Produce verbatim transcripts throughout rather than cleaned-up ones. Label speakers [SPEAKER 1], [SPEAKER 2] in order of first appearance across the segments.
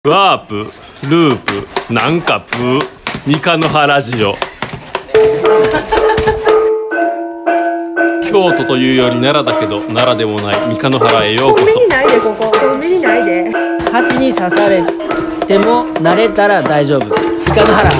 [SPEAKER 1] ワープ、ループ、なんかプー、三日の原ラジオ。京都というより奈良だけど奈良でもない三日の原へようこそ。
[SPEAKER 2] コンビニないで、ここコンビニないで。
[SPEAKER 3] 蜂に刺されても慣れたら大丈夫。三日の原。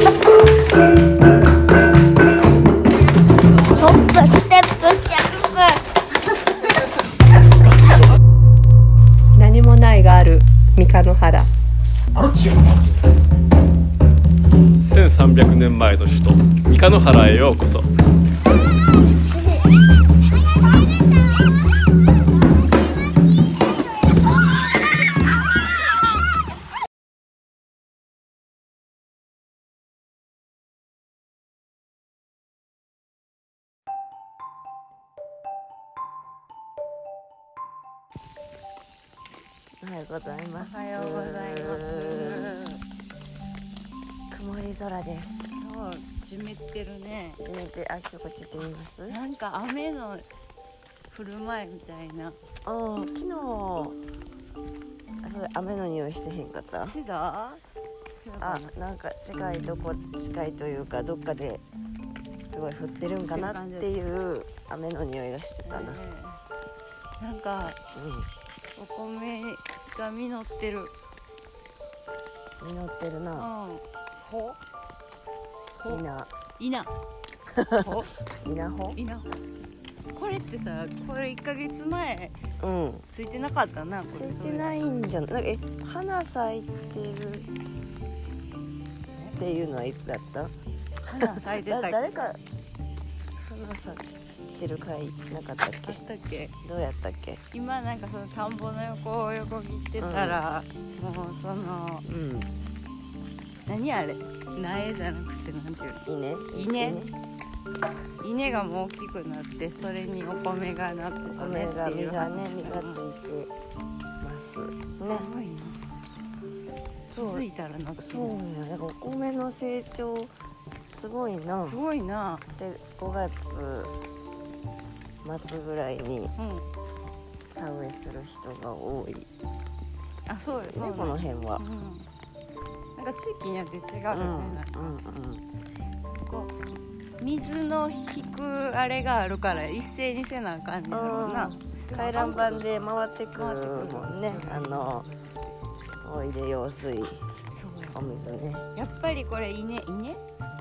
[SPEAKER 4] ホップステップジャン
[SPEAKER 2] 何もないがある三日の原。
[SPEAKER 1] せんさんびゃくねんまえの首都三日の原へようこそ。
[SPEAKER 5] おはようございます。
[SPEAKER 4] おはようございます。
[SPEAKER 5] 曇り空です。
[SPEAKER 4] 今日湿ってるね。
[SPEAKER 5] 湿ってあ、今日こっち行ってみます。
[SPEAKER 4] なんか雨の降る前みたいな。
[SPEAKER 5] ああ、昨日あ、それ雨の匂いしてへんかった。
[SPEAKER 4] しだ？
[SPEAKER 5] あ、なんか近いとこ近いというかどっかですごい降ってるんかなっていう雨の匂いがしてたな。
[SPEAKER 4] えー、なんか、
[SPEAKER 5] うん、
[SPEAKER 4] お米が実ってる。
[SPEAKER 5] 実ってるな。
[SPEAKER 4] うん。ほ？ほ？
[SPEAKER 5] 稲。
[SPEAKER 4] 稲。ほ？
[SPEAKER 5] 稲穂？
[SPEAKER 4] 稲穂。これってさ、これいっかげつまえ
[SPEAKER 5] うん
[SPEAKER 4] ついてなかったな。これ
[SPEAKER 5] ついてないんじゃない。なんかえ花咲いてるっていうのはいつだった？
[SPEAKER 4] 花咲いてたっけ？
[SPEAKER 5] 誰か花咲いてる回なかったっけ？
[SPEAKER 4] あったっけ？
[SPEAKER 5] どうやったっけ？
[SPEAKER 4] 今なんかその田んぼの横を横切ってたら、うん、もうその、
[SPEAKER 5] うん、
[SPEAKER 4] 何あれ苗じゃなくてなんていうの？稲稲稲がもう大きくなってそれにお米がなってたねっていう話がね、
[SPEAKER 5] 実がね、実がついてますね。
[SPEAKER 4] すごいな。気づいたらなって。
[SPEAKER 5] そうね。だからお米の成長すごいな。
[SPEAKER 4] すごいな。
[SPEAKER 5] でごがつ末ぐらいに
[SPEAKER 4] うん。
[SPEAKER 5] 田植えする人が多い。
[SPEAKER 4] あ、そうよ、そう
[SPEAKER 5] ね、この辺は。
[SPEAKER 4] うん。なんか地域によって違うよね。なんか、
[SPEAKER 5] うんうん、
[SPEAKER 4] こう水の引くあれがあるから一斉にせなあかんねやろうな。
[SPEAKER 5] 回覧板で回ってくるもんね。あのおいで用水、
[SPEAKER 4] そう
[SPEAKER 5] お水ね。
[SPEAKER 4] やっぱりこれ稲稲？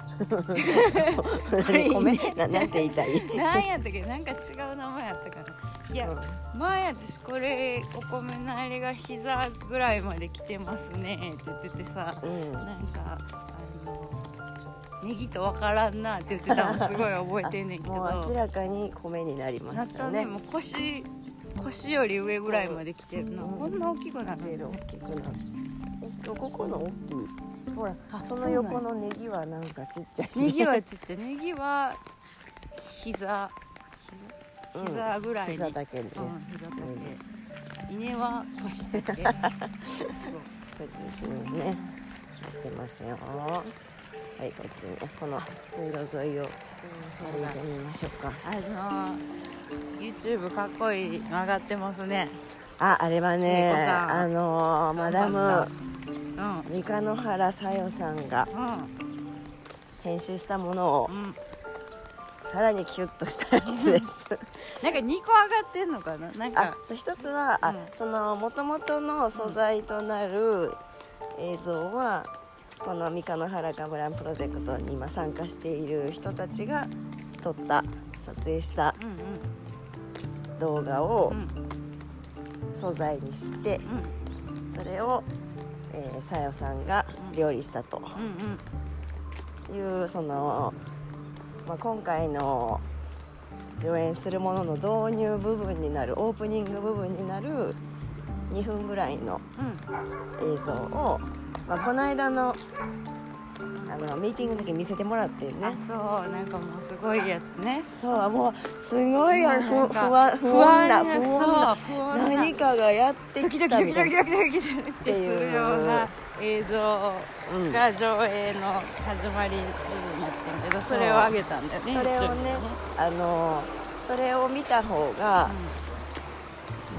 [SPEAKER 5] 米な、なんて言いたい？
[SPEAKER 4] なんやったっけ？なんか違う名前やったかな。いや、うん、前私これお米のあれが膝ぐらいまで来てますねって言っててさ、うん、なんかあのネギとわからんなって言ってたのすごい覚えてんねんけど、
[SPEAKER 5] もう明らかに米になりましたね。
[SPEAKER 4] もう腰腰より上ぐらいまで来てるの、うん、こんな大きくなってる。
[SPEAKER 5] 大きくなって、えっとここの大きい。ほら、その横のネギはなんかちっちゃい、ね。
[SPEAKER 4] ネギはちっちゃい。ネギは膝膝ぐらいに。
[SPEAKER 5] 膝だけね。
[SPEAKER 4] うん、膝だけ。稲は腰だけ。そう。
[SPEAKER 5] こっちにね、やってますよ。はい、こっちにこの水路沿いを歩いてみましょうか。
[SPEAKER 4] あのー、YouTube かっこいい曲がってますね。
[SPEAKER 5] あ、あれはね、あのー、マダム三日の原さよさんが編集したものを、うん、さらにキュッとしたやつです。
[SPEAKER 4] なんかにこ上がってんのかな。なんか
[SPEAKER 5] あ、一つは、うん、あ、その元々の素材となる映像は、この三日の原ガムランプロジェクトに今参加している人たちが撮った撮影した動画を素材にして、それをえー、さよさんが料理したという、その、まあ、今回の上演するものの導入部分になるオープニング部分になるにふんぐらいの映像を、まあ、この間のあのミーティングの時見せてもらってね。
[SPEAKER 4] あ、そう、なんかもうすごいやつね。
[SPEAKER 5] そう、もうすごいや不不安不安な不安な何かがやってきたみたいな
[SPEAKER 4] っていうような映像が上映の始まりになってるけど、それを上げたんだよね。
[SPEAKER 5] それをね、あのそれを見た方が、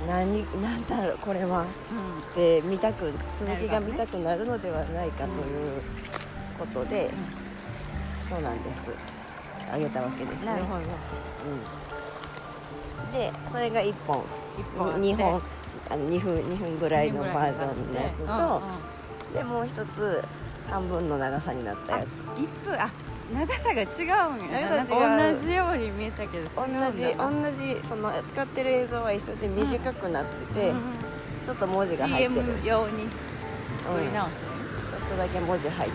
[SPEAKER 5] 何なんだろうこれは
[SPEAKER 4] うん
[SPEAKER 5] で見たく続きが見たくなるのではないかということで、そうなんですあげたわけですね。
[SPEAKER 4] なるほど。
[SPEAKER 5] うん、でそれがいっぽん
[SPEAKER 4] 一本あって
[SPEAKER 5] にほんあの 2, 分にふんぐらいのバージョンのやつと、
[SPEAKER 4] うんうん
[SPEAKER 5] でもう一つ半分の長さになったやつ。
[SPEAKER 4] 一分あ長さが違うんやな。なん
[SPEAKER 5] 長さ違う
[SPEAKER 4] か同じように見えたけど違
[SPEAKER 5] 同
[SPEAKER 4] うんだ
[SPEAKER 5] じ
[SPEAKER 4] な。
[SPEAKER 5] 同じその使ってる映像は一緒で短くなってて、
[SPEAKER 4] うんうん
[SPEAKER 5] ちょっと文字が入ってる、
[SPEAKER 4] シーエム 用に作り直す、
[SPEAKER 5] ちょっとだけ文字入ってるみたいな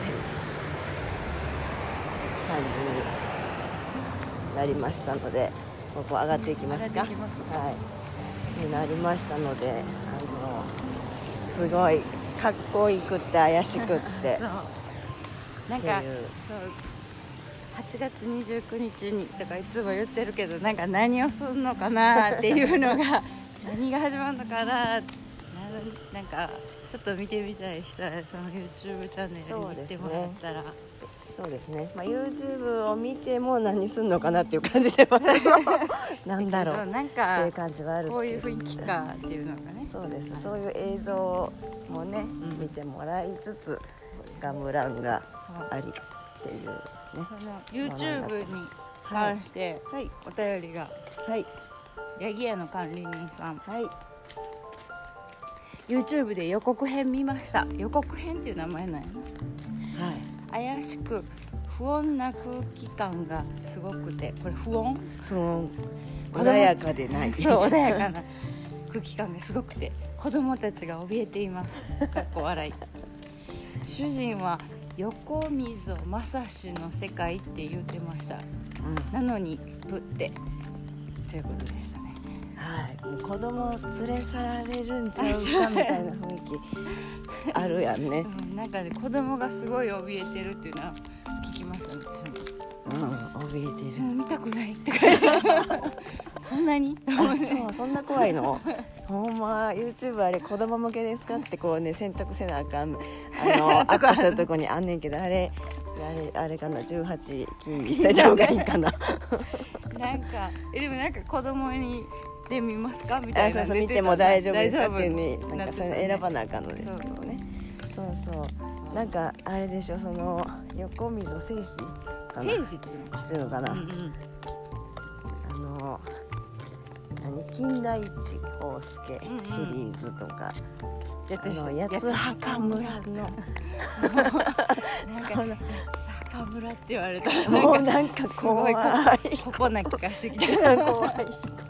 [SPEAKER 5] 感じになりましたので、ここ上がっていきますか。
[SPEAKER 4] 上がっていきます
[SPEAKER 5] はいになりましたので、あのすごいかっこいいくって怪しくって
[SPEAKER 4] そうなん
[SPEAKER 5] って
[SPEAKER 4] か
[SPEAKER 5] いう
[SPEAKER 4] そうはちがつにじゅうくにちにとかいつも言ってるけど、なんか何をするのかなっていうのが何が始まるのかなななんかちょっと見てみたい人はその YouTube チャンネルに行ってもらったら、
[SPEAKER 5] そうですね、まあ、YouTube を見ても何すんのかなっていう感じではなんだろう
[SPEAKER 4] なん
[SPEAKER 5] って
[SPEAKER 4] か
[SPEAKER 5] いう感じはある
[SPEAKER 4] こういう雰囲気かっていうのがね。
[SPEAKER 5] そうです、そういう映像もね、
[SPEAKER 4] ん
[SPEAKER 5] 見てもらいつつガムランがありっていうね。
[SPEAKER 4] その YouTube に関して
[SPEAKER 5] はい
[SPEAKER 4] お便りが、
[SPEAKER 5] はい
[SPEAKER 4] ヤギ屋の管理人さん、
[SPEAKER 5] はい
[SPEAKER 4] YouTube で予告編見ました。予告編っていう名前なんやな。
[SPEAKER 5] はい
[SPEAKER 4] 怪しく不穏な空気感がすごくて、これ不穏
[SPEAKER 5] 不穏
[SPEAKER 4] 子供
[SPEAKER 5] 穏やかでない
[SPEAKER 4] そう穏やかな空気感がすごくて、子供たちが怯えています。かっこ笑い。主人は横溝正史の世界って言ってました。
[SPEAKER 5] うん
[SPEAKER 4] なのにぶってということでしたね。
[SPEAKER 5] はい、もう子供連れ去られるんちゃうかみたいな雰囲気あるやんね。
[SPEAKER 4] うん、なんかね子供がすごい怯えてるっていうのは聞きましたね。私も
[SPEAKER 5] うん、怯えてる。
[SPEAKER 4] もう見たくないって書いてあるそんなに
[SPEAKER 5] あ、そう、そんな怖いの。ほんま YouTube あれ子供向けですかってこうね選択せなあかんあのアップするとこにあんねんけど、あれあれあれかなじゅうはち禁にしといた方がいいかな。
[SPEAKER 4] なんかえでもなんか子供にで見ますかみたいな
[SPEAKER 5] あ、そうそう、見ても大丈夫ですかっていうになんかそういうの選ばなあかんのですけどね。そうそう、なんかあれでしょ、その横溝正史かな
[SPEAKER 4] 政治っていうのか
[SPEAKER 5] っていうのかな、
[SPEAKER 4] うんうん
[SPEAKER 5] あの何金田一耕助シリーズとか、
[SPEAKER 4] やってる人
[SPEAKER 5] あの八つ墓村の
[SPEAKER 4] なん
[SPEAKER 5] そ
[SPEAKER 4] か
[SPEAKER 5] の
[SPEAKER 4] 坂村って言われたら
[SPEAKER 5] もう
[SPEAKER 4] なんか
[SPEAKER 5] なんか怖い
[SPEAKER 4] ここな気がしてきた。
[SPEAKER 5] 怖い怖い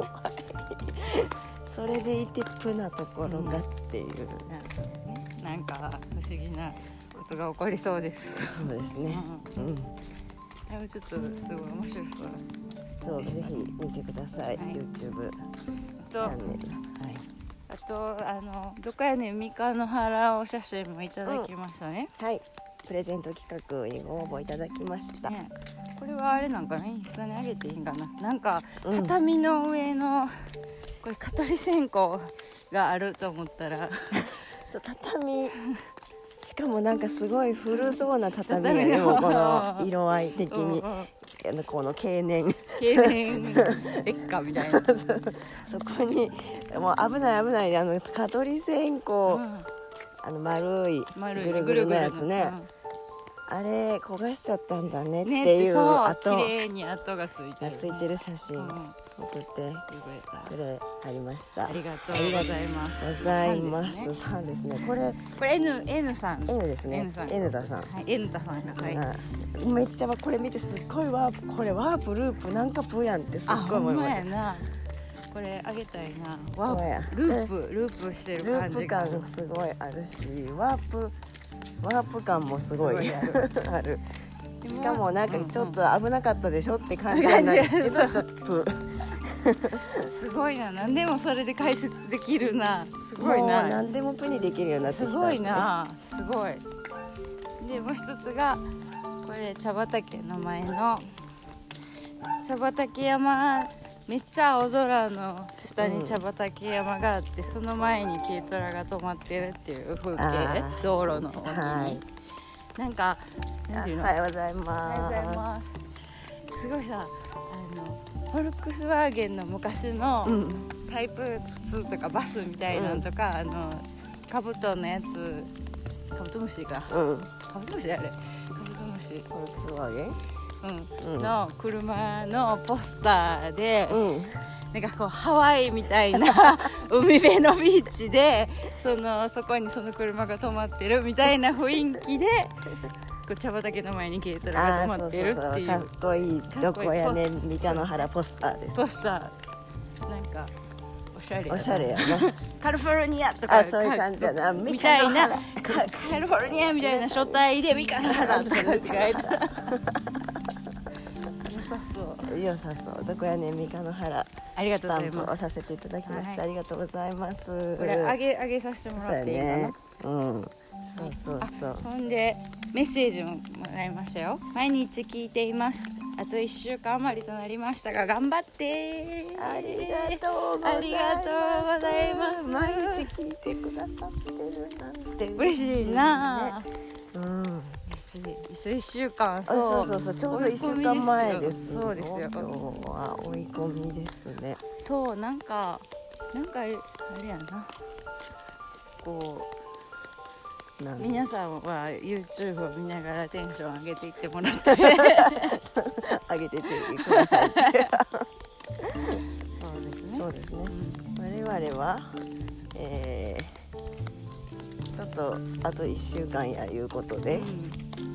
[SPEAKER 5] それでいてプなところがっていう、
[SPEAKER 4] なんか不思議なことが起こりそうです。
[SPEAKER 5] そうですね、うん、
[SPEAKER 4] でもちょっとすごい面白そう。
[SPEAKER 5] そうぜひ見てください、
[SPEAKER 4] はい
[SPEAKER 5] YouTube チ
[SPEAKER 4] と
[SPEAKER 5] ャンネル、はい、
[SPEAKER 4] あとあのどこやねん三日の原お写真もいただきましたね。
[SPEAKER 5] はい、プレゼント企画にご応募いただきました、
[SPEAKER 4] ねこれはあれなんかな、インスタに上げていいんかな。なんか
[SPEAKER 5] うん
[SPEAKER 4] 畳の上のこれ蚊取り線香があると思ったら
[SPEAKER 5] そう畳しかもなんかすごい古そうな畳や
[SPEAKER 4] 畳
[SPEAKER 5] ね、
[SPEAKER 4] の
[SPEAKER 5] もうこの色合い的に
[SPEAKER 4] うんうん
[SPEAKER 5] あのこの経年
[SPEAKER 4] 経年劣化みたいな。
[SPEAKER 5] そこにもう危ない危ないあの蚊取り線香、
[SPEAKER 4] うん
[SPEAKER 5] あの丸い
[SPEAKER 4] 丸い
[SPEAKER 5] ぐるぐるのやつね、
[SPEAKER 4] うん
[SPEAKER 5] あれ焦がしちゃったんだねっ
[SPEAKER 4] ね
[SPEAKER 5] ていう
[SPEAKER 4] そう
[SPEAKER 5] 跡
[SPEAKER 4] 綺麗に跡がついてる。
[SPEAKER 5] がついてる写真
[SPEAKER 4] うん
[SPEAKER 5] 送って
[SPEAKER 4] くれた
[SPEAKER 5] くれありました。
[SPEAKER 4] ありがとうございます。
[SPEAKER 5] ございま
[SPEAKER 4] さんですね
[SPEAKER 5] す。さんですね。これ
[SPEAKER 4] これ N N さん。
[SPEAKER 5] N ですね
[SPEAKER 4] N さん。
[SPEAKER 5] N 田さん。
[SPEAKER 4] はい、N 田さんがはい。
[SPEAKER 5] うんめっちゃこれ見てすっごいワープ、これワープループなんかプーやんってすっ
[SPEAKER 4] あ、
[SPEAKER 5] ごい
[SPEAKER 4] ほん
[SPEAKER 5] 思いました。
[SPEAKER 4] まやな。これあげたいな。
[SPEAKER 5] そうや
[SPEAKER 4] ワープループループしてる
[SPEAKER 5] ルー
[SPEAKER 4] 感じが。
[SPEAKER 5] プ感すごいあるし、ワープワープ感もすごい
[SPEAKER 4] すごい
[SPEAKER 5] ある。
[SPEAKER 4] で
[SPEAKER 5] しかもなんかちょっと危なかったでしょって感じ
[SPEAKER 4] うんうん
[SPEAKER 5] なんだけど、ちょっとプー。
[SPEAKER 4] すごいな。何でもそれで解説できるな。すごい
[SPEAKER 5] もう
[SPEAKER 4] な。
[SPEAKER 5] 何でもプにできるようになってきた。
[SPEAKER 4] すごい。な。すごい。でもう一つがこれ茶畑の前の茶畑山。めっちゃ青空の下に茶畑山があって、うん、その前に軽トラが止まってるっていう風景、道路の脇に、はい、なんかなんていうの、
[SPEAKER 5] おはようございます。
[SPEAKER 4] おはようございます。すごいさ、あのフォルクスワーゲンの昔のタイプツーとかバスみたいなのとか、うん、あのカブトのやつ、カブトムシか、うん、カブトムシあれ、カブトムシ、
[SPEAKER 5] フォルクスワーゲン、
[SPEAKER 4] うんうん、の車のポスターで、うん、なんかこうハワイみたいな海辺のビーチでそのそこにその車が止まってるみたいな雰囲気でこう茶畑の前に軽トラが止まってるっていう、
[SPEAKER 5] かっこいいどこやねん三日野原ポスターです。
[SPEAKER 4] ポスターなんかおしゃれやな、
[SPEAKER 5] おしゃれやな
[SPEAKER 4] カリフォルニアとか
[SPEAKER 5] あそういう感じやな
[SPEAKER 4] みたいなカリフォルニアみたいな書体で三日野原とか書いた
[SPEAKER 5] 良さそうどこやねん三日野原
[SPEAKER 4] ありがとうございます。
[SPEAKER 5] スタンプをさせていただきました、はい、ありがとうございます。
[SPEAKER 4] これあげあげさせてもらっていいかな。
[SPEAKER 5] そうやね、うんそうそうそう。
[SPEAKER 4] ほんでメッセージももらいましたよ。毎日聞いています。あといっしゅうかん余りとなりましたが頑張って
[SPEAKER 5] ありがとうございます。
[SPEAKER 4] ありがとうございます。
[SPEAKER 5] 毎日聞いてくださってるなんて
[SPEAKER 4] 嬉しいな、ね、
[SPEAKER 5] うん
[SPEAKER 4] 嬉しい。いっしゅうかん
[SPEAKER 5] そうそうそうちょうどいっしゅうかんまえです。
[SPEAKER 4] そうですよ。
[SPEAKER 5] 今日は追い込みですね。
[SPEAKER 4] そうなんかなんかあれやなこう皆さんは YouTube を見ながらテンション上げていってもらって
[SPEAKER 5] 上げていってください
[SPEAKER 4] そうですね。
[SPEAKER 5] そうですね、うん、我々は、えー、ちょっとあといっしゅうかんやいうことで、うん、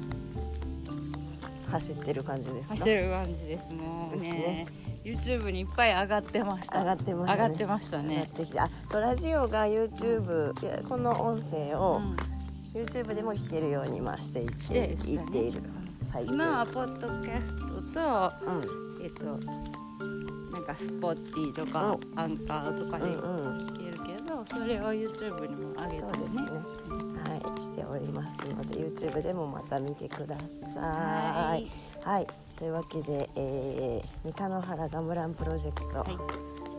[SPEAKER 5] 走ってる感じですか。
[SPEAKER 4] 走る感じですもう ね, ね YouTube にいっぱい上がってました。
[SPEAKER 5] 上がってましたね。
[SPEAKER 4] 上がってましたね。
[SPEAKER 5] 上がってきてあそうラジオが YouTube、うん、いやこの音声を、うんYouTube でも聞けるようにましていっていっている最中。
[SPEAKER 4] 今はポッドキャストと、うん、えっとなんかスポッティとか、うん、アンカーとかで聞けるけど、うんうん、それを YouTube にも上げてね。そうですね。
[SPEAKER 5] はいしておりますので YouTube でもまた見てください。
[SPEAKER 4] はい。
[SPEAKER 5] はい、というわけで、えー、三日野原ガムランプロジェクト、はい、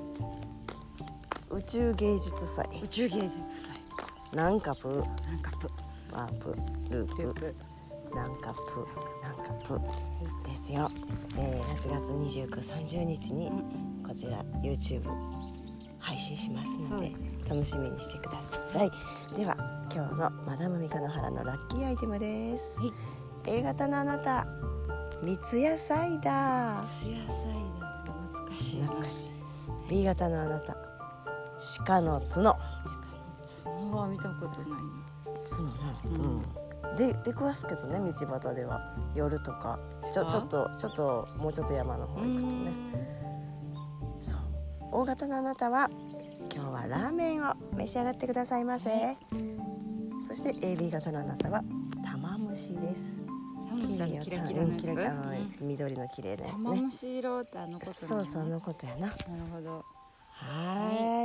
[SPEAKER 5] 宇宙芸術祭
[SPEAKER 4] 宇宙芸術祭
[SPEAKER 5] ナンカプ
[SPEAKER 4] ナンカプ
[SPEAKER 5] ワープループループナンカプナンカプですよ、えー、はちがつにじゅうく、さんじゅうにちにこちら YouTube 配信しますので楽しみにしてください。では今日のマダム三日野原のラッキーアイテムです、はい、A 型のあなた三ツ矢サイダー。
[SPEAKER 4] 三ツ矢サイダー懐かしい
[SPEAKER 5] 懐かしい。 B 型のあなた鹿の角。
[SPEAKER 4] 角は見たことない。
[SPEAKER 5] 角な、うん、で出くわすけどね道端では夜とかちょちょっとちょっともうちょっと山の方行くとね。そう O 型のあなたは今日はラーメンを召し上がってくださいませ。そして エービー 型のあなたは玉虫です。
[SPEAKER 4] キラキラキラのやつ、
[SPEAKER 5] キラあの緑の綺麗なやつね。
[SPEAKER 4] 玉虫色ってあのこと
[SPEAKER 5] そうそうあのことやな。なる
[SPEAKER 4] ほど。
[SPEAKER 5] はい、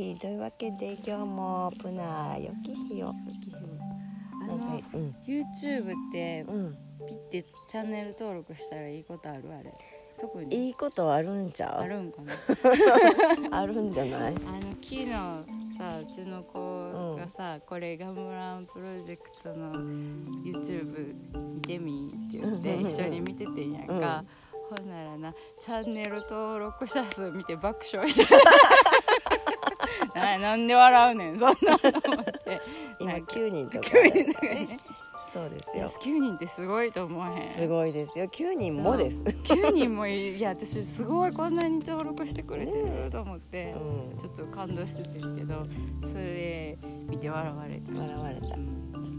[SPEAKER 5] というわけで今日もプナよき日を
[SPEAKER 4] あの、うん、YouTube ってピッてチャンネル登録したらいいことあるあれ特に
[SPEAKER 5] いいことあるんちゃう
[SPEAKER 4] あるんか
[SPEAKER 5] なあるんじゃない。あの
[SPEAKER 4] 昨日さうちの子がさ、うん、これガムランプロジェクトの YouTube 見てみって言って一緒に見ててんやんか、うんほんならなチャンネル登録者数見て爆笑してな, なんで笑うねんそんなと思って
[SPEAKER 5] 今きゅうにんとか、ね、
[SPEAKER 4] きゅうにんとかね
[SPEAKER 5] そうですよ。
[SPEAKER 4] きゅうにんってすごいと思わへん。
[SPEAKER 5] すごいですよ。きゅうにんもです。
[SPEAKER 4] きゅうにんもいい。いや私すごいこんなに登録してくれてると思って、ねうん、ちょっと感動しててんけどそれ見て笑われた。
[SPEAKER 5] 笑われた。うん、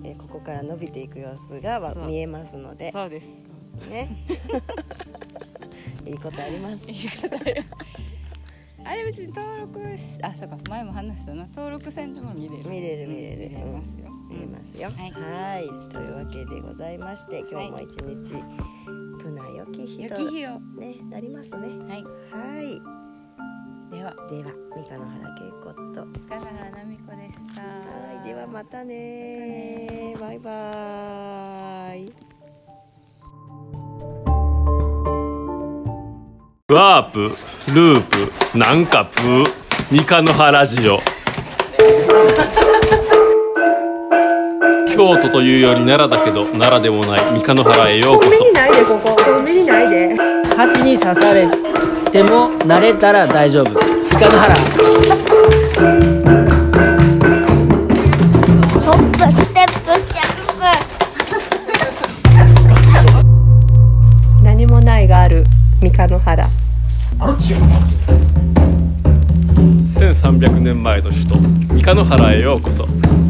[SPEAKER 5] えここから伸びていく様子が見えますので。
[SPEAKER 4] そうです。
[SPEAKER 5] ね。いいことあります。
[SPEAKER 4] いいことあります。あれ別に登録しあそうか前も話したな登録せんでも見れる
[SPEAKER 5] 見れる見れる
[SPEAKER 4] 見れますよ、
[SPEAKER 5] うん、見れますよ、はい、はいというわけでございまして今日も一日、はい、プナ良き日とねなりますね。
[SPEAKER 4] はい
[SPEAKER 5] はい
[SPEAKER 4] では
[SPEAKER 5] では三日野原恵子と
[SPEAKER 4] 三日野原奈美子でした。
[SPEAKER 5] はいではまたねバイバーイ。
[SPEAKER 1] ワープループなんかプー三日野原ラジオ京都というより奈良だけど奈良でもない三日野原へようこそ。
[SPEAKER 2] コンビニないでここコンビニないで。
[SPEAKER 3] 蜂に刺されても慣れたら大丈夫三日野原。
[SPEAKER 2] の原。
[SPEAKER 1] せんさんびゃくねんまえの首都三日野原へようこそ。